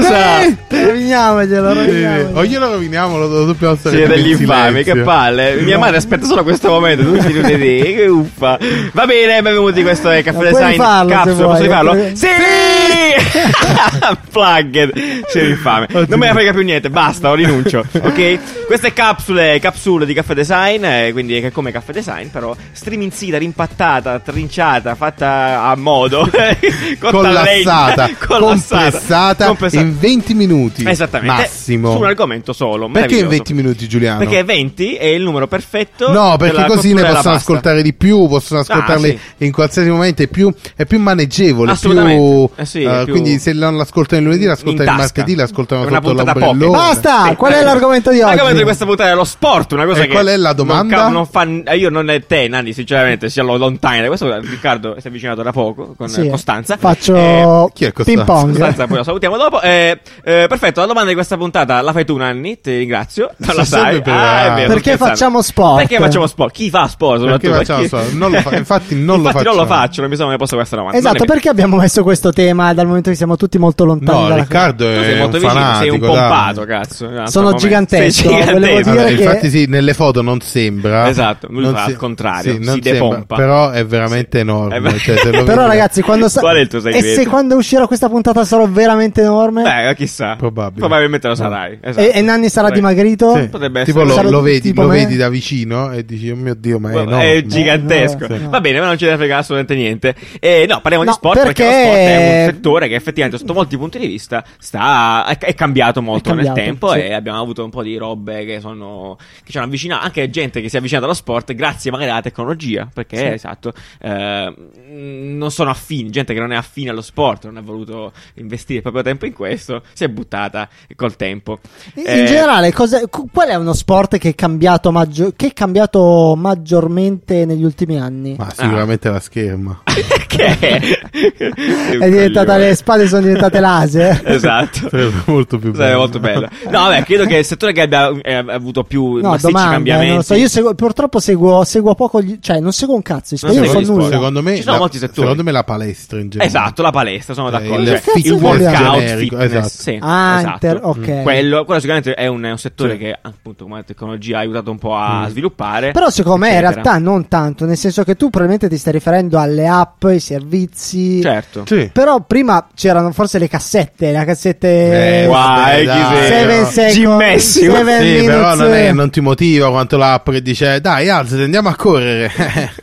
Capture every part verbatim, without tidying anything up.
cosa? Eh, roviniamocelo, roviniamocelo. O glielo roviniamo, lo, lo dobbiamo stare Siete in degli infami, silenzio. che palle. Mia madre aspetta solo questo momento. Tu ti vedi, che uffa. Va bene, benvenuti. Questo è Caffè Ma puoi Design rifarlo, se Capsule. vuoi. Posso rifarlo? Sì! Sì! Plugged. Sei infame. Non me ne frega più niente, basta, ho rinuncio. Ok? Queste capsule, capsule di Caffè Design, eh, quindi che è come Caffè Design, però striminzita, rimpattata, trinciata, fatta a modo. Collassata, compressata compressata in venti minuti esattamente massimo. su un argomento solo. Perché in meraviglioso. venti minuti, Giuliano? Perché venti è il numero perfetto. No, perché della così ne cottura della possono pasta. ascoltare di più, possono ascoltarle Ah, in qualsiasi momento, è più, è più maneggevole, Assolutamente. più, Eh sì, eh, è più- quindi se non l'ascoltano il lunedì, l'ascoltano in il tasca. martedì, l'ascoltano È una sotto puntata l'ombrellone. Basta, Sì. qual è l'argomento di oggi? L'argomento di questa puntata è lo sport, una cosa E che qual è la domanda? Non, ca- non fa, io non è te, Nanni, sinceramente, siamo lontani da questo. Riccardo si è avvicinato da poco con Sì, Costanza. Faccio Eh, chi è Costanza? ping pong. Costanza, poi la salutiamo dopo. Eh, eh, perfetto, la domanda di questa puntata la fai tu, Nanni. Ti ringrazio. Non la Sono sai. sempre Ah, è preparato. vero, Perché sto facciamo scherzando. sport? Perché facciamo sport? Chi fa sport? Perché soprattutto? facciamo sport? Non lo fa- infatti non lo Infatti non lo facciamo. faccio, non mi sono mai posto questa domanda. Esatto, Non è perché abbiamo messo questo tema dal momento che siamo tutti molto lontani No, dalla Riccardo vero. Tu sei è molto un vicino, sei fanatico, un dai. pompato, cazzo. In un altro Sono momento. gigantesco, Sei volevo gigantesco. dire Vabbè, che- infatti sì, nelle foto non sembra. Esatto, lui non fa al contrario, sì, non si sembra, depompa. però è veramente Sì. enorme. È ver- cioè, se lo Però vedi- ragazzi, quando sa- Qual è il tuo e segreto? se quando uscirà questa puntata sarò veramente enorme Beh, chissà. Probabile. Probabilmente lo sarai. Esatto. e, e Nanni sarà Potrebbe- dimagrito? Sì. Potrebbe Tipo essere. lo, Sarà lo vedi, tipo lo me? vedi da vicino e dici oh mio Dio, ma è Guarda, enorme. è gigantesco. No, no, no. Va bene, ma non ci deve fregare assolutamente niente. Eh, no, parliamo No, di sport perché... perché- lo sport è un settore che effettivamente sotto molti punti di vista sta è, è cambiato molto È cambiato, nel tempo sì. e abbiamo avuto un po' di robe che sono che ci hanno avvicinato, anche gente che si è avvicinata allo sport grazie magari alla tecnologia, perché Sì. esatto, eh, non sono affini, gente che non è affine allo sport, non ha voluto investire il proprio tempo in questo, si è buttata col tempo. In Eh, generale, cosa- cu- qual è uno sport che è cambiato, maggio- che è cambiato maggiormente negli ultimi anni? Ma sicuramente la scherma. che è, È diventata, le spade sono diventate laser. Esatto. Sarebbe molto più Sarebbe bello. molto bello. No, vabbè, credo che il settore che abbia eh, avuto più No, massicci domanda, cambiamenti. non lo so. Io seguo- purtroppo seguo, seguo poco, gli- cioè non seguo un cazzo. Non Io non segui so gli sport. nulla. Secondo me, Ci sono la, molti settori. secondo me la palestra in generale. Esatto, la palestra, sono Eh, d'accordo. il Cioè, fitness il workout, generico, fitness, esatto. sì, Ah, esatto. inter- ok. Quello, quello sicuramente è un, è un settore Sì. che appunto come tecnologia ha aiutato un po' a sviluppare. Però secondo me in eccetera. realtà non tanto, nel senso che tu probabilmente ti stai riferendo alle app, ai servizi. Certo. Sì. Però prima c'erano forse le cassette, le cassette Eh, Guai, vabbè, chi dai, sei? Seven però- Seconds, Jim Messi. Seven Sì, Minutes. però non, è, non ti motiva quanto l'app che dice dai alzati andiamo a correre.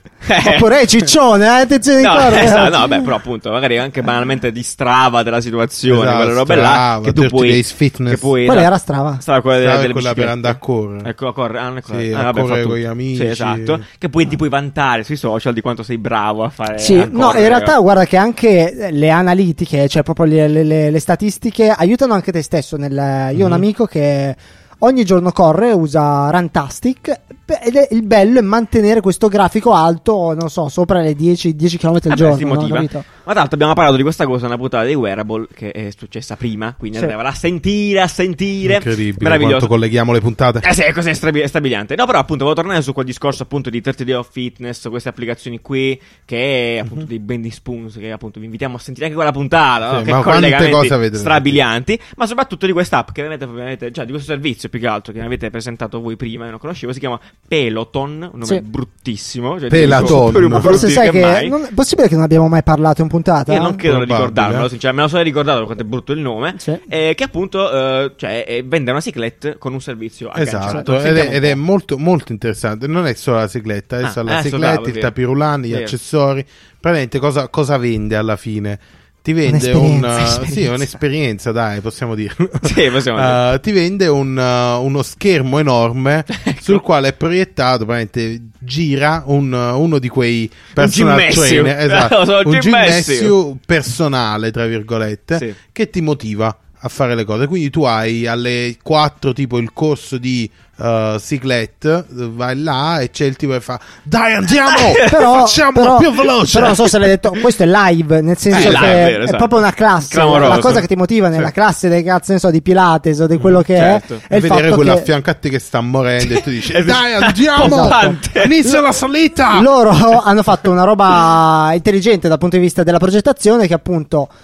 Oppure "Ehi, ciccione, eh, attenzione di No, correre". esatto, no, vabbè, però appunto, magari anche banalmente di Strava della situazione, Esatto, quelle robe là, Strava, che tu thirty puoi, Days Fitness. che puoi, Qual esatto. era Strava? Strava quella, Strava è delle quella per biciclette. andare a correre. Ecco, a correre, ah, non è quella- Sì, ah, a vabbè, correre fa con tutto. gli amici. Sì, esatto. Che poi ti puoi vantare sui social di quanto sei bravo a fare. Sì, a no, correre. in realtà guarda che anche le analitiche, cioè proprio le, le- le- le statistiche aiutano anche te stesso. Nel, io ho un amico che ogni giorno corre, usa Runtastic beh, ed è, il bello è mantenere questo grafico alto, non so, sopra le dieci chilometri al Vabbè, giorno, ti no? motiva. Capito? Ma tra l'altro abbiamo parlato di questa cosa nella puntata dei wearable che è successa prima, quindi Sì. andavano a sentire, a sentire. Incredibile Meraviglioso. quanto colleghiamo le puntate. Eh sì, è così strabi- strabiliante. No, però appunto volevo tornare su quel discorso appunto di thirty Day of Fitness, queste applicazioni qui, che è appunto dei Bendy Spoons, che appunto vi invitiamo a sentire anche quella puntata, no? Sì, Che ma quante collegamenti cose avete strabilianti, ma soprattutto di quest'app che avete, avete cioè di questo servizio più che altro che avete presentato voi prima e non conoscevo, si chiama Peloton, un nome Sì. bruttissimo, cioè, Pelaton. più- più Forse brutti sai che mai. non, è possibile che non abbiamo mai parlato in puntata? Io non credo di Probabile. ricordarmelo, sinceramente, me lo sono ricordato quanto è brutto il nome. Sì. eh, che appunto eh, cioè, eh, vende una cyclette con un servizio agganciato. Esatto, ed Sentiamo è, un ed è po'. molto, molto interessante. Non è solo la cicletta, Ah, adesso la adesso cicletta, bravo, il vero. tapirulan, gli Vero. accessori. Praticamente cosa, cosa vende alla fine? Ti vende Un'esperienza. un, uh, sì, Un'esperienza. un'esperienza, dai, possiamo dirlo. Sì, possiamo dire. Uh, ti vende un, uh, uno schermo enorme Ecco. sul quale è proiettato, praticamente gira un, uh, uno di quei personal Jim Messi. trainer, esatto, Sono un Jim Jim Messi. Messi personale, tra virgolette, Sì. che ti motiva a fare le cose. Quindi tu hai alle quattro tipo il corso di uh, ciclette, vai là e c'è il tipo che fa dai andiamo, Però, facciamolo però, più veloce. però non so se l'hai detto, questo è live, nel senso Eh, che live, è, vero, esatto. proprio una classe. Clamoroso. La cosa che ti motiva nella Sì. classe dei cazzo, ne so, di Pilates o di quello che certo. è, è il vedere fatto quello che a fianco a te che sta morendo e tu dici Esatto. dai andiamo, Pompante. inizia la salita. loro hanno fatto una roba intelligente dal punto di vista della progettazione, che appunto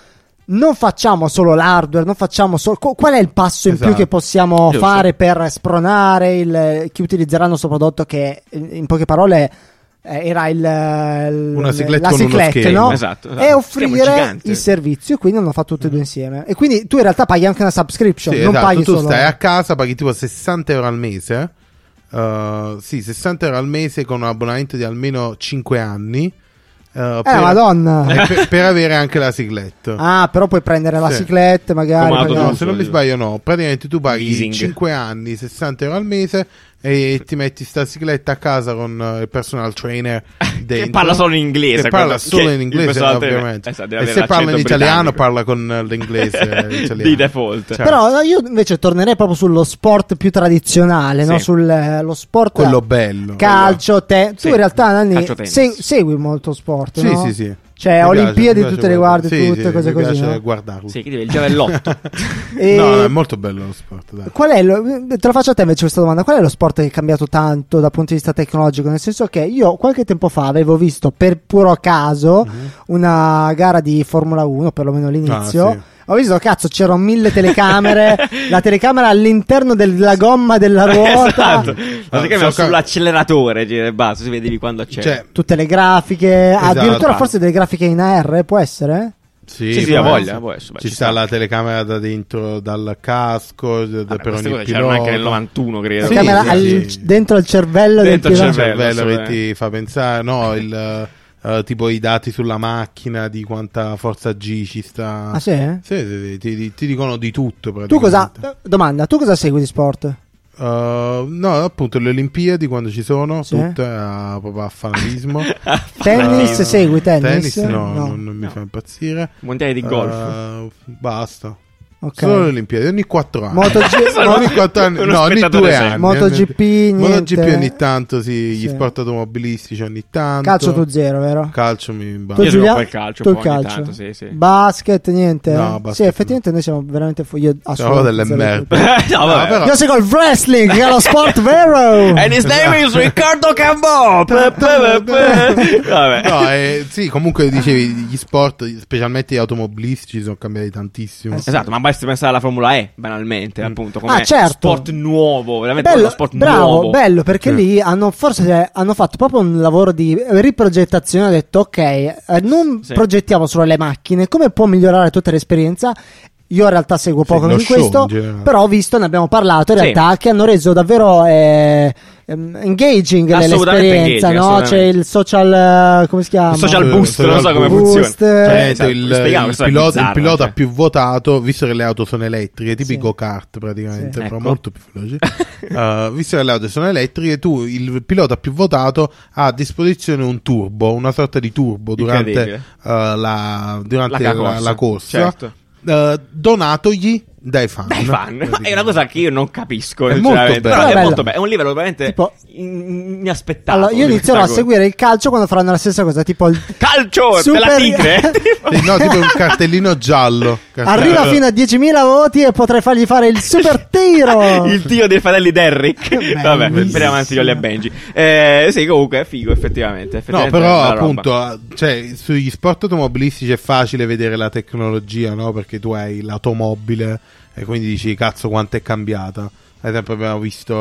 non facciamo solo l'hardware, non facciamo solo... Qual è il passo in Esatto. più che possiamo Giusto. fare per spronare il, chi utilizzeranno questo prodotto che, in poche parole, eh, era il, il- Una cyclette la con uno cyclette, schermo. no? Esatto, esatto. E Schermo offrire gigante. il servizio, quindi hanno fatto tutte e due insieme. E quindi tu in realtà paghi anche una subscription, Sì, non esatto, paghi tu solo... stai a casa, paghi tipo sessanta euro al mese. Uh, sì, sessanta euro al mese con un abbonamento di almeno cinque anni. Uh, Eh, per, madonna! e per, per avere anche la cyclette. Ah, però puoi prendere la Sì. cyclette magari. Come pagare- auto- No, se non mi sbaglio, no. Praticamente tu paghi Leasing. cinque anni, sessanta euro al mese e ti metti sta cycletta a casa con uh, il personal trainer dentro. Che parla solo in inglese. Che parla quello- solo che in il inglese, personal trainer- ovviamente. esatto, deve E avere se parla in l'accento italiano, britannico. parla con l'inglese italiano. Di default. Cioè, Però io invece tornerei proprio sullo sport più tradizionale, Sì. no? Sul eh, lo sport quello bello. calcio, te. Tu Sì. in realtà Nanni, Calcio tennis. se- segui molto sport, Sì, no? sì, sì. Cioè Mi Olimpiadi piace, mi tutte piace le guardi, guardare. Sì, tutte sì, cose mi così, piace no? guardarlo. Sì, che deve il giavellotto. E No, no, è molto bello lo sport, dai. qual è lo- te lo faccio a te invece questa domanda. Qual è lo sport che è cambiato tanto dal punto di vista tecnologico? Nel senso che io qualche tempo fa avevo visto per puro caso Mhm. una gara di Formula uno, perlomeno all'inizio. Ah, sì. Ho visto, cazzo, c'erano mille telecamere, la telecamera all'interno della gomma della ruota, Esatto. Ah, Praticamente so ca- sull'acceleratore gira e basta, si vedevi quando accende. Cioè, tutte le grafiche, Esatto. addirittura forse delle grafiche in A R, può essere? sì, Sì, sì, può ha voglia, essere. può essere, beh, Ci ci sta sta. la telecamera da dentro dal casco d- Vabbè, per queste ogni cose c'erano anche nel pilota. novantuno, credo. Sì, La camera sì, al- sì. dentro il cervello Dentro il del pilota. cervello. cervello che assolutamente. ti fa pensare, no, il eh, tipo i dati sulla macchina di quanta forza G ci sta. Ah sì? Sì, sì, sì, ti, ti- ti dicono di tutto Tu praticamente. cosa, domanda, tu cosa segui di sport? Uh, no, appunto le Olimpiadi quando ci sono, Sì. tutte a, proprio a fanatismo. Tennis, Uh, segui tennis? Tennis no, No. Non, non mi fa impazzire. Mondiali di golf. Uh, basta. Ok. Solo le Olimpiadi ogni quattro anni. MotoG- Sono ogni quattro anni, uno no, ogni spettatore due sempre. anni. MotoGP, MotoGP niente. ogni tanto, sì, gli Sì. sport automobilistici ogni tanto. Calcio tu zero, vero? Calcio mi Tu basta. Io gioco Giulia? un po' il calcio, Tu un il po' ogni calcio? tanto, sì, sì. Basket, niente? No, eh? basket sì, effettivamente noi siamo veramente fu- io Siamo assolutamente delle zero merde. cultura. no, vabbè. però- Io seguo il wrestling, che è lo sport vero. And his name is Riccardo Cambò. Vabbè. No, eh, sì, comunque dicevi, gli sport, specialmente gli automobilistici, sono cambiati tantissimo. Esatto, ma basta pensare alla Formula E, banalmente, appunto, come Ah, certo. sport nuovo, veramente Bello, uno sport bravo, nuovo. bello, perché Sì. lì hanno forse hanno fatto proprio un lavoro di riprogettazione. Hanno detto, ok, eh, non Sì. progettiamo solo le macchine, come può migliorare tutta l'esperienza? Io in realtà seguo Sì, poco lo di show questo, in generale. però ho visto, ne abbiamo parlato in Sì. realtà, che hanno reso davvero eh, ehm, engaging Assolutamente l'esperienza, engaging, no? C'è assolutamente. il social, eh, come si chiama? Il social Sì, boost, social non so come boost. funziona. Boost, Cioè, eh, Esatto, il, spieghiamo, il questa è pilota, bizzarra, il pilota cioè. più votato, visto che le auto sono elettriche, tipo Sì. i go-kart praticamente, Sì. però Ecco. molto più veloci. Uh, visto che le auto sono elettriche, tu, il pilota più votato, ha a disposizione un turbo, una sorta di turbo durante, Incredibile. uh, la, durante La la, corsa, la corsa, certo. uh, donatogli dai fan. Dai fan, ma è una cosa che io non capisco, È sinceramente. molto bello. Però È è bello. molto bello, è un livello veramente Tipo- in- inaspettato. Allora, io di inizierò a questa cosa. seguire il calcio quando faranno la stessa cosa, tipo il Calcio Super- della tigre. Sì, no, tipo un cartellino giallo. arriva fino a diecimila voti e potrei fargli fare il super tiro. Il tiro dei fratelli Derrick. Bellissimo. Vabbè, speriamo avanti Jolly e Benji. Eh, sì, comunque è figo, effettivamente. No, effettivamente però è una roba. appunto, cioè, sugli sport automobilistici è facile vedere la tecnologia, no? Perché tu hai l'automobile e quindi dici, cazzo, quanto è cambiata. Ad esempio abbiamo visto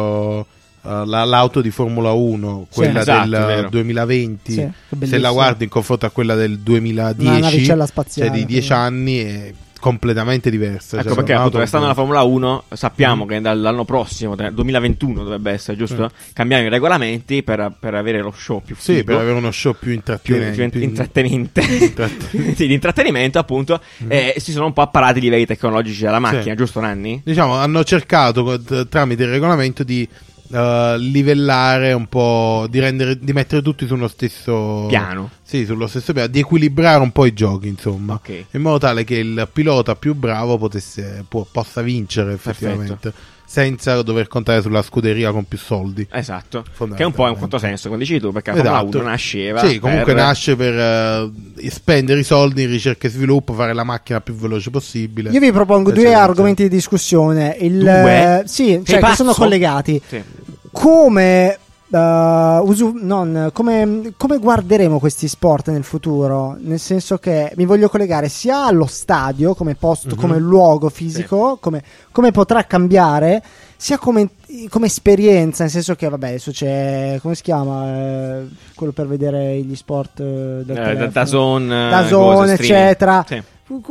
uh, la- l'auto di Formula uno, Sì, quella esatto, del vero. duemilaventi. Sì, che Se bellissimo. la guardi in confronto a quella del Una duemiladieci, navicella spaziale, cioè di dieci quindi. anni, è completamente diversa. Ecco Cioè, perché un'auto- appunto restando alla Formula uno sappiamo che dall'anno prossimo, duemilaventuno dovrebbe essere, giusto? Cambiamo i regolamenti per, per avere lo show più figo, Sì, per avere uno show più più, intrattenente. più intrattenente Intrattenente. sì, di intrattenimento appunto e si sono un po' apparati i livelli tecnologici della macchina, Sì. giusto Nanni? Diciamo, hanno cercato t- tramite il regolamento di uh, livellare un po', di rendere, di mettere tutti sullo stesso Piano. Sì, sullo stesso piano, di equilibrare un po' i giochi, insomma, Ok. in modo tale che il pilota più bravo potesse, può- possa vincere effettivamente, senza dover contare sulla scuderia con più soldi. Esatto, che è un po' un Fondamentalmente. controsenso, come dici tu, perché la Formula Esatto. uno nasceva Sì, comunque per- nasce per eh, spendere i soldi in ricerca e sviluppo, fare la macchina più veloce possibile. Io vi propongo due Eccetera, argomenti di discussione. Il, Due? eh, sì, Sei cioè che pazzo? sono collegati. Sì. Come Uh, usu- non, come, come guarderemo questi sport nel futuro? Nel senso che mi voglio collegare sia allo stadio come posto, mm-hmm. come luogo fisico, sì. come, come potrà cambiare, sia come, come esperienza. Nel senso che, vabbè, adesso c'è, come si chiama? Eh, quello per vedere gli sport eh, del eh, da Zone, da Zone, eccetera. Sì.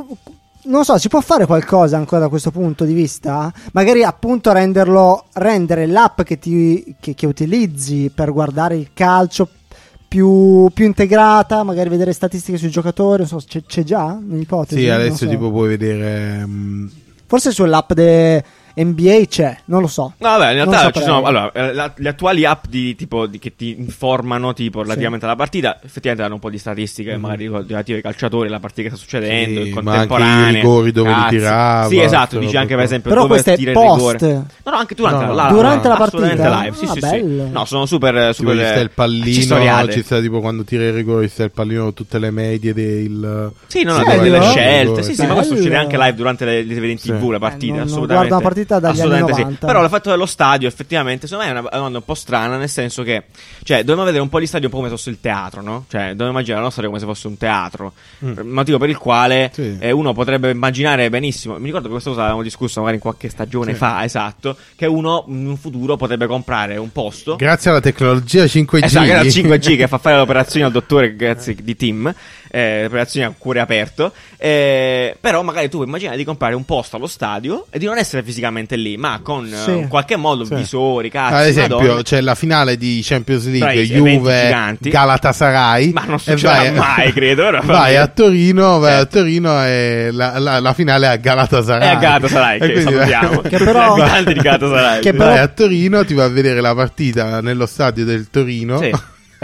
Non so, si può fare qualcosa ancora da questo punto di vista? Magari appunto renderlo rendere l'app che ti che, che utilizzi per guardare il calcio più, più integrata, magari vedere statistiche sui giocatori, non so, c'è, c'è già un'ipotesi? Sì, adesso so. tipo puoi vedere um... forse sull'app de N B A c'è, non lo so. No, vabbè, in realtà ci sono allora, eh, la, le attuali app di tipo di, che ti informano tipo relativamente sì. alla partita, effettivamente hanno un po' di statistiche, mm. magari relative ai calciatori, la partita che sta succedendo, sì, il contemporaneo, ma anche i rigori dove li tirava. Sì, esatto, dici anche per esempio però dove tira il post. rigore. No, no, anche durante, no, la, no. durante la, la partita. Live, sì, ah, sì, bello. sì. No, sono super super ci sta il pallino, accessoriate. ci sta tipo quando tira il rigore, ci sta il pallino, tutte le medie del sì, no, no, delle scelte. Sì, sì, ma questo succede anche live durante le vedere in T V la partita, assolutamente. Guarda una partita dagli anni novanta. Però l'effetto dello stadio effettivamente secondo me è una domanda un po' strana, nel senso che cioè dobbiamo vedere un po' gli stadi un po' come se fosse il teatro, no? Cioè dobbiamo immaginare il nostro stadio come se fosse un teatro, mm. motivo per il quale sì. eh, uno potrebbe immaginare benissimo, mi ricordo che questa cosa l'avevamo discusso magari in qualche stagione sì. fa, esatto, che uno in un futuro potrebbe comprare un posto grazie alla tecnologia cinque G, esatto, grazie alla cinque G che fa fare le operazioni al dottore grazie di Tim, eh, operazioni a cuore aperto, eh, però magari tu puoi immaginare di comprare un posto allo stadio e di non essere fisicamente lì, ma con sì. uh, in qualche modo sì. visori, cazzi, ad esempio Madonna. C'è la finale di Champions League Bravissimi, Juve Galatasaray, ma non succederà vai, mai credo però vai a Torino vai certo. a Torino e la, la, la finale è a Galatasaray, è a Galatasaray che salutiamo che però abitanti di Galatasaray che vai però... a Torino, ti va a vedere la partita nello stadio del Torino sì.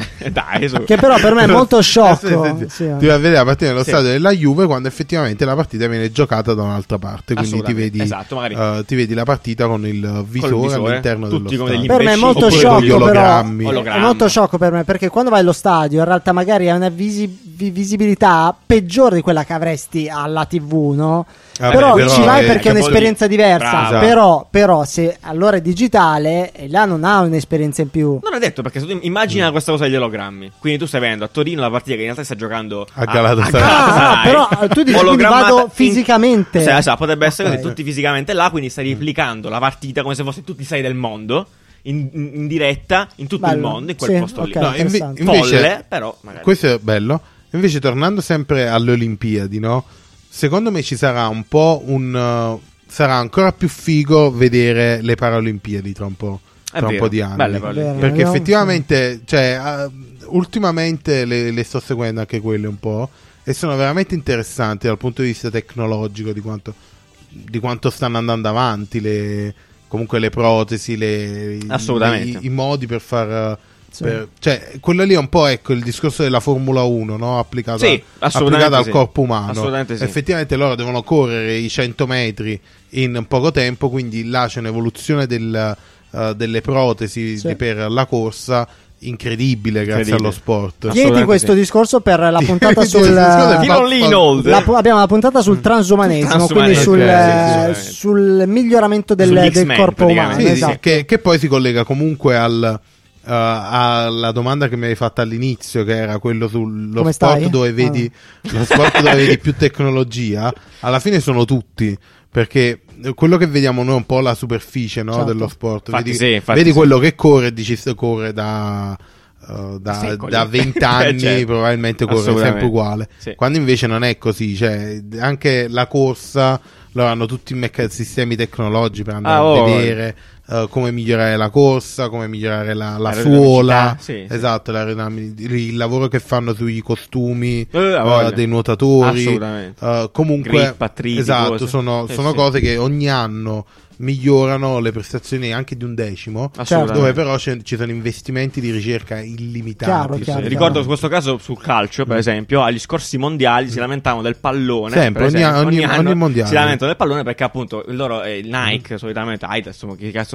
Dai, che però per me è molto sciocco sì, sì, sì. Sì. Ti va a vedere la partita nello sì. stadio della Juve quando effettivamente la partita viene giocata da un'altra parte, quindi ti vedi, esatto, uh, ti vedi la partita con il visore, con il visore all'interno tutti dello come stadio. Per me è molto sciocco, però è molto sciocco per me, perché quando vai allo stadio in realtà magari hai una visi- visibilità peggiore di quella che avresti alla tivù, no? Ah, però, beh, però ci vai è, perché è un'esperienza di... diversa. Esatto. Però, però se allora è digitale e là non ha un'esperienza in più. Non è detto, perché se tu immagina mm. questa cosa degli ologrammi, quindi tu stai vedendo a Torino la partita che in realtà stai giocando a Galatasaray. Ah, ah, però tu dici quindi vado fisicamente. In... Sì, esatto, potrebbe essere okay. così, tutti fisicamente là, quindi stai replicando la partita come se fosse tutti i stadi del mondo. In, in, in diretta in tutto bello. Il mondo in quel sì, posto okay, lì. No, inve- invece, folle, però magari. Questo è bello. Invece tornando sempre alle Olimpiadi, no? Secondo me ci sarà un po' un uh, sarà ancora più figo vedere le Paralimpiadi tra un po', tra un po' di anni. Belle, perché no, effettivamente sì. cioè, uh, ultimamente le, le sto seguendo anche quelle un po' e sono veramente interessanti dal punto di vista tecnologico, di quanto, di quanto stanno andando avanti le, comunque le protesi, le, assolutamente i, i modi per far sì. per, cioè quello lì è un po' ecco il discorso della Formula uno, no? applicata, sì, applicata al sì. corpo umano. Assolutamente sì. Effettivamente loro devono correre i cento metri in poco tempo, quindi là c'è un'evoluzione del, uh, delle protesi sì. per la corsa incredibile grazie allo sport. Chiedi questo sì. discorso per la puntata sul la, abbiamo la puntata sul transumanesimo, transumanesimo quindi sul, okay, sì, sul miglioramento del, del corpo umano, sì, esatto. sì, che, che poi si collega comunque al Uh, alla domanda che mi hai fatto all'inizio, che era quello sullo Come sport stai? dove vedi ah. lo sport dove vedi più tecnologia, alla fine sono tutti, perché quello che vediamo noi è un po' la superficie, no? certo. dello sport. Infatti vedi sì, vedi sì. quello che corre e dici corre da Uh, da, da venti anni certo. probabilmente corre sempre uguale, sì. quando invece non è così, cioè anche la corsa loro hanno tutti i mecc- sistemi tecnologici per andare ah, a oh, vedere uh, come migliorare la corsa, come migliorare la, la suola, sì, esatto, sì. il lavoro che fanno sui costumi uh, uh, dei nuotatori, uh, comunque Grip, attriti, esatto, cose. sono, sì, sono sì. cose che ogni anno migliorano le prestazioni anche di un decimo, dove però ci sono investimenti di ricerca illimitati. Chiaro, chiaro, sì. Ricordo in questo caso sul calcio, per esempio, agli scorsi mondiali si lamentavano del pallone. Sempre, per esempio, ogni, ogni, ogni anno ogni mondiale si lamentano del pallone perché appunto il loro eh, il Nike, mm. solitamente Adidas, chi cazzo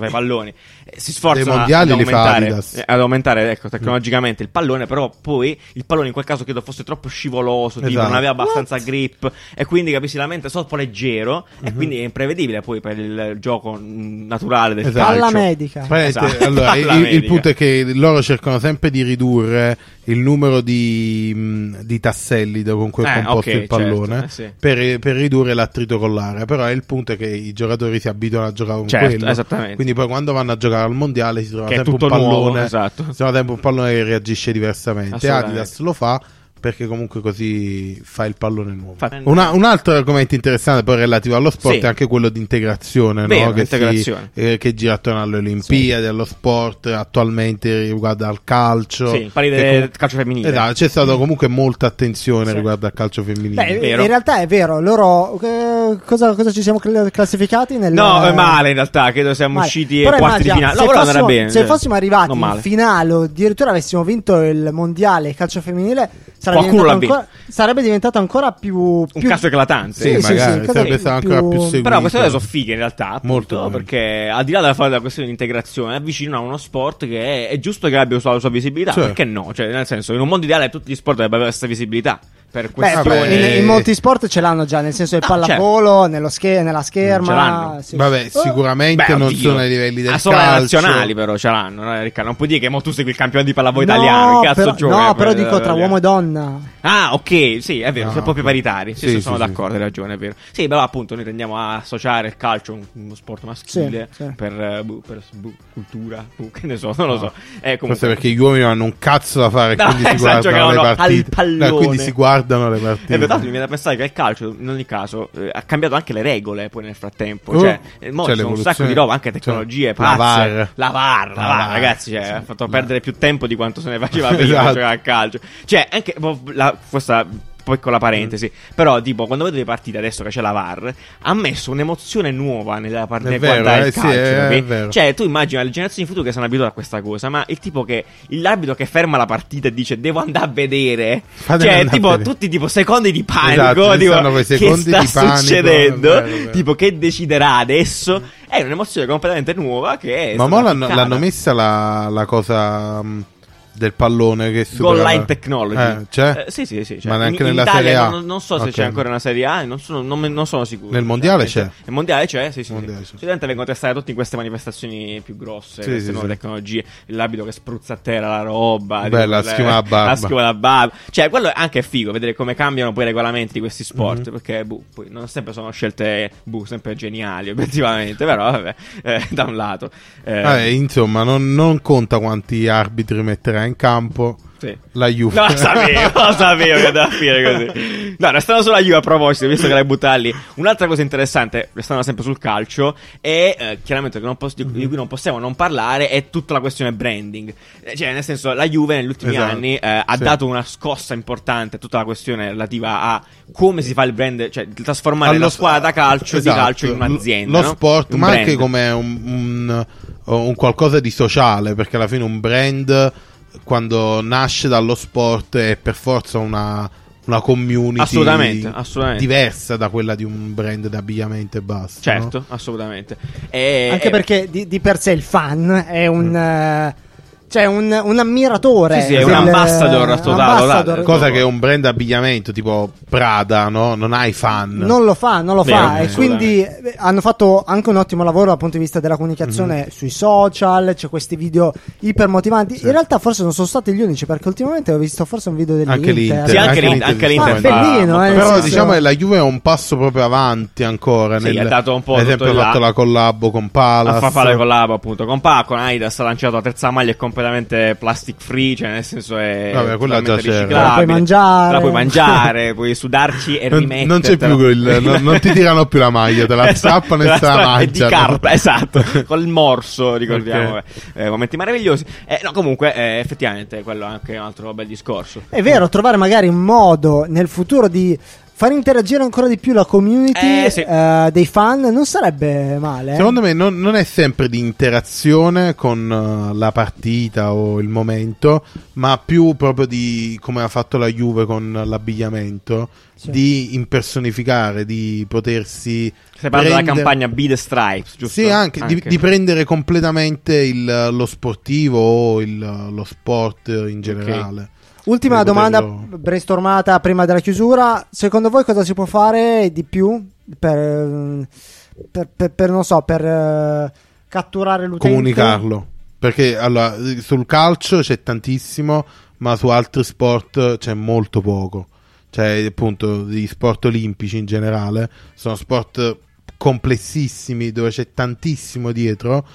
fa i palloni, eh, si sforzano Dei mondiali ad li fa aumentare, Adidas. eh, ad aumentare ecco, tecnologicamente il pallone, però poi il pallone in quel caso credo fosse troppo scivoloso, tipo Esatto. non aveva abbastanza grip e quindi capisci la mente troppo leggero Mhm. e quindi è imprevedibile poi per il gioco mh, naturale del Esatto. calcio. Palla medica. Praticamente, Esatto. allora, il, Palla il medica. punto è che loro cercano sempre di ridurre il numero di, mh, di tasselli con cui è Eh, composto ok, il pallone certo, eh, sì. per, per ridurre l'attrito con l'area. Però è il punto è che i giocatori si abituano a giocare con Certo, quello, esattamente. quindi poi quando vanno a giocare al mondiale si trova Che è sempre un tutto nuovo, pallone, esatto. si trova sempre un pallone che reagisce diversamente. Assolutamente. Adidas lo fa perché comunque così fa il pallone nuovo. Fa- Una- un altro argomento interessante poi relativo allo sport Sì. è anche quello di integrazione, Vero, no? che, si- integrazione. eh, che gira attorno alle Olimpiadi, allo sport, attualmente riguardo al calcio. Sì, parli Che del comunque- calcio femminile. Esatto, c'è stata comunque molta attenzione Sì. riguardo al calcio femminile. Beh, Vero. in realtà è vero, loro eh, cosa, cosa ci siamo cl- classificati nel No, è male in realtà, credo siamo Male. usciti ai Però quarti di immagina, finale. se No, però andrà fossimo- bene. Se cioè, fossimo arrivati non in male. finale o addirittura avessimo vinto il mondiale calcio femminile, sarebbe Qualcuno diventato, l'ha ancora, sarebbe diventato ancora più, Un più caso eclatante. Sì, sì, sì, magari sì, sarebbe più- stato ancora più seguito. Però queste cose sono fighe in realtà, appunto, Molto, perché al di là della, della questione di integrazione avvicinano a uno sport che è, è giusto che abbia la sua visibilità, Certo. perché no? Cioè, nel senso, in un mondo ideale tutti gli sport dovrebbero avere questa visibilità per Beh, questioni... Vabbè, in, in molti sport ce l'hanno già, nel senso del No, pallavolo, nello sche- nella scherma. Ce l'hanno. sì. Vabbè, Oh, sicuramente Beh, non oddio. sono ai livelli del Ah, solo calcio. le nazionali però ce l'hanno, no, Riccardo? Non puoi dire che mo tu segui il campione di pallavolo no, italiano, che cazzo però, gioca? no, per- però dico tra per- uomo e donna. Ah, ok, sì, è vero, No, sono proprio ok. paritari. Sì, Sì, sì, sono sì, d'accordo, hai ragione, è vero. Sì, però appunto noi tendiamo a associare il calcio a un- uno sport maschile Sì, sì. per, eh, boh, per boh, cultura, boh, che ne so, non lo so. Eh, comunque, Forse perché gli uomini hanno un cazzo da fare, No, quindi si esatto, guardano le giocavano al partite. pallone. No, quindi si guardano le partite. E tra l'altro mi viene da pensare che il calcio, in ogni caso, eh, ha cambiato anche le regole poi nel frattempo. Oh, cioè, eh, mo c'è ci sono un l'evoluzione. sacco di roba, anche tecnologie Cioè, pazze. la V A R. La V A R, la La V A R, V A R, ragazzi, cioè, sì. ha fatto No. perdere più tempo di quanto se ne faceva prima Esatto. a giocare a calcio. Cioè, anche boh, la, questa piccola parentesi, Mm. però tipo quando vedo le partite adesso che c'è la V A R ha messo un'emozione nuova nella partita È vero, guardare eh, il sì, calcio, è- capi? è vero. Cioè tu immagina le generazioni future che sono abituate a questa cosa, ma il tipo che l'arbitro che ferma la partita e dice devo andare a vedere, Fatemi cioè andare tipo a vedere. tutti tipo secondi di panico, Esatto, ci tipo, stanno quei che secondi sta di panico, succedendo, è vero, è vero. tipo che deciderà adesso, è un'emozione completamente nuova che è Ma stata mo l'hanno, ficcata. l'hanno messa la, la cosa mh, del pallone che Goal supera- line technology. Eh, c'è? Eh, sì, sì, sì. C'è. Ma neanche in, in nella Italia Serie A? Non, non so se Ok. c'è ancora una Serie A, non sono, non, me- non sono sicuro. Nel mondiale sinceramente. c'è? Nel mondiale c'è, sì, sì. Nel mondiale sì. c'è. Solitamente vengono testate tutte in queste manifestazioni più grosse, Sì, queste sì, nuove sì. tecnologie. L'abito che spruzza a terra la roba. Beh, tipo, la le- schiuma da barba. La schiuma da barba. Cioè, quello è anche figo, vedere come cambiano poi i regolamenti di questi sport. Mhm. Perché, boh, poi non sempre sono scelte, boh, sempre geniali, obiettivamente. Però, vabbè, eh, da un lato. Eh, Vabbè, insomma, non, non conta quanti arbitri metterà in campo sì. la Juve. No, lo sapevo, lo sapevo che andava a finire così. No, restando solo a Juve a proposito, visto che l'hai buttata lì. Un'altra cosa interessante, restando sempre sul calcio, è eh, chiaramente che non poss- di, di cui non possiamo non parlare, è tutta la questione branding. Eh, Cioè, nel senso, la Juve negli ultimi Esatto. anni eh, ha Sì. dato una scossa importante a tutta la questione relativa a come si fa il brand, cioè trasformare Allo la squadra da calcio esatto, di calcio in un'azienda. Lo no? sport, Un ma brand. anche come un, un, un qualcosa di sociale, perché alla fine un brand, quando nasce dallo sport, è per forza una, una community Assolutamente, assolutamente. diversa da quella di un brand di abbigliamento e basta. Certo, no? assolutamente. E, Anche e- perché di, di per sé il fan è un. eh, cioè un, un ammiratore. Sì, sì, è del- un ambassador un totale, ambassador. totale. Cosa che è un brand abbigliamento tipo Prada, no? Non hai fan. Non lo fa, non lo Vero, fa. E assolutamente. quindi eh, hanno fatto anche un ottimo lavoro dal punto di vista della comunicazione Mhm. sui social. C'è questi video iper motivanti. Sì. In realtà, forse non sono stati gli unici, perché ultimamente ho visto forse un video dell'Inter. Anche l'Inter. Sì, anche Anche l'Inter, anche l'Inter l'Inter Ah, fa bellino, molto eh, bene. Però nel senso- diciamo che la Juve è un passo proprio avanti ancora. Sì, nel, ha dato un po' ad esempio tutto ha il fatto là. la collabo con Palace. A fa fare collabo appunto con Pa, con Adidas ha lanciato la terza maglia, è completamente plastic free, cioè nel senso è Vabbè, quella totalmente già c'era. riciclabile. La puoi mangiare. la puoi mangiare, puoi sudarci e Non, rimettertela. non c'è più quel, non, non ti tirano più la maglia, te la Esatto, strappano te e la se la strappa- è di mangiano. carta, esatto, col morso, ricordiamo. Ok. eh, momenti meravigliosi. Eh, no, comunque eh, effettivamente quello è anche un altro bel discorso. È vero, trovare magari un modo nel futuro di far interagire ancora di più la community Eh, sì. eh, dei fan non sarebbe male. eh. Secondo me non, non è sempre di interazione con uh, la partita o il momento, ma più proprio di come ha fatto la Juve con l'abbigliamento, Sì. di impersonificare, di potersi Stai parlando della prendere- campagna Be the Stripes, giusto? Sì, anche, Di, di prendere completamente il- lo sportivo o il- lo sport in generale. Ultima Per domanda poterlo- brainstormata prima della chiusura. Secondo voi cosa si può fare di più per, per, per- per, non so, per eh, catturare l'utente? Comunicarlo. Perché allora, sul calcio c'è tantissimo, ma su altri sport c'è molto poco. Cioè, appunto, gli sport olimpici in generale sono sport complessissimi dove c'è tantissimo dietro,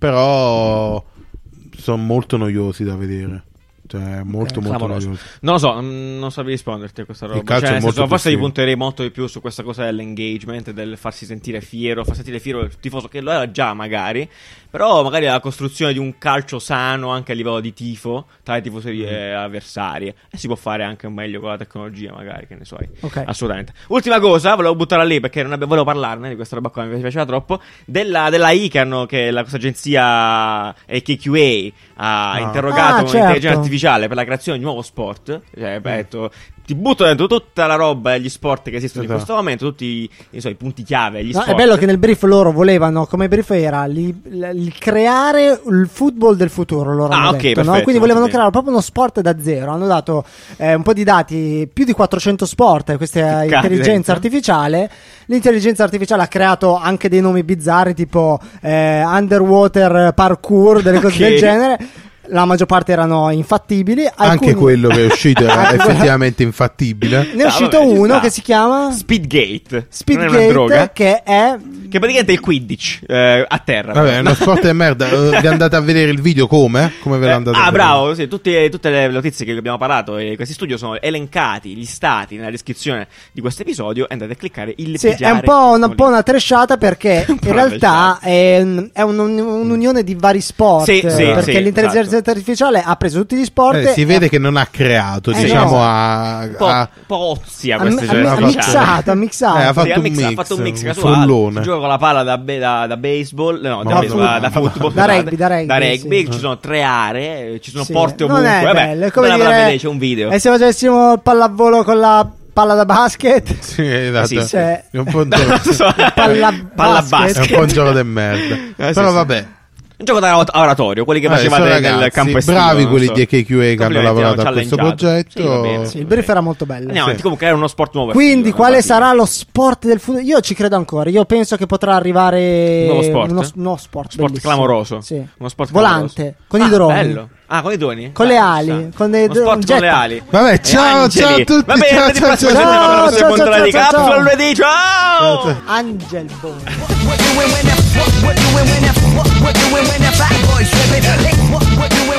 però sono molto noiosi da vedere. Cioè, molto, molto Clamoroso. noiosi. Non lo so, mm, non saprei risponderti a questa roba. Il calcio Cioè, è nel molto senso, forse più mi figo. punterei molto di più su questa cosa dell'engagement, del farsi sentire fiero, far sentire fiero il tifoso, che lo era già magari, però magari la costruzione di un calcio sano anche a livello di tifo tra le tifoserie Mm. avversarie, e si può fare anche meglio con la tecnologia magari, che ne so io. Ok. Assolutamente. Ultima cosa, volevo buttarla lì perché non abbiamo, volevo parlarne di questa roba qua, mi piaceva troppo, della, della I C A N, che è la questa agenzia A K Q A ha Ah. interrogato Ah, un'intelligenza certo. artificiale per la creazione di un nuovo sport. Cioè, detto, ti butto dentro tutta la roba e gli sport che esistono in Esatto. questo momento, tutti i, i, so, i punti chiave, gli No, sport. è bello che nel brief loro volevano, come brief era li- l- il creare il football del futuro, loro Ah, hanno ok, detto, no? perfetto, Quindi volevano molto creare proprio uno sport da zero. Hanno dato eh, un po' di dati, più di quattrocento sport a questa Che intelligenza cadenza. artificiale. L'intelligenza artificiale ha creato anche dei nomi bizzarri tipo eh, underwater parkour, delle cose Ok. del genere. La maggior parte erano infattibili. Anche alcuni- quello che è uscito era Anche quello- effettivamente infattibile. Ne è Ah, uscito vabbè, ci uno sta. che si chiama Speedgate. Non è una Speedgate, droga. che è Che praticamente è il Quidditch eh, a terra. Vabbè, è uno sport di merda. Eh, Vi andate a vedere il video come? Come ve Eh, lo andate a ah, vedere? bravo, sì, tutte, tutte le notizie che abbiamo parlato e questi studio sono elencati, listati nella descrizione di questo episodio, e andate a cliccare il Sì, è un po' una, un po' una tresciata perché Un po' in una realtà è, è un- un'unione di vari sport. Sì, sì, perché sì, l'intelligenza esatto. artificiale ha preso tutti gli sport. Eh, si e vede che non ha creato, Eh, diciamo, no. ha, un po', ha- un po' ozia ha, queste ha- generazioni ha fatto- mixato, ha mixato. Eh, ha fatto Sì, un mix, mix, ha fatto un mix un casuale. frullone. Si gioca con la palla da, be- da, da baseball, no, da, No, baseball, da, da football. football, Da scusate. rugby, da rugby, sì. Ci sono tre aree, ci sono Sì, porte non ovunque. è Vabbè, bello, è come andatela a dire- vedere, c'è un video. E se facessimo il pallavolo con la palla da basket? Sì, esatto. sì, cioè- È un po' un gioco, Palla Palla basket. è un po' un gioco di merda. sì, Però sì. vabbè. Un gioco da ora- oratorio, quelli che Eh, facevate sono nel ragazzi campo estivo. bravi non quelli so. di A K Q A che hanno Complimenti, lavorato hanno a questo challenggiato. progetto. Sì, va bene. Sì, il brief era molto bello. Andiamo Sì. avanti, comunque era uno sport nuovo. Quindi, figo, quale una sarà lo sport del futuro? Io ci credo ancora. Io penso che potrà arrivare Un nuovo sport? uno, nuovo sport, Sport bellissimo. clamoroso. Sì. Uno sport volante clamoroso. con Ah, i droni. bello. Ah, con i droni? Con Dai, le ci ali, sta. con dei- Uno sport un con le jetpack. ali. Vabbè, E ciao, angeli. ciao a tutti, Va bene, ciao, per il ciao, prossimo ciao. settimana, per la Ciao, prossima ciao, puntata di ciao, ciao, Capsula ciao. lunedì. Ciao! Ciao. Angel Bone. What you doing when the what, what doing when the what, what doing when the fat boys tripping? What, what doing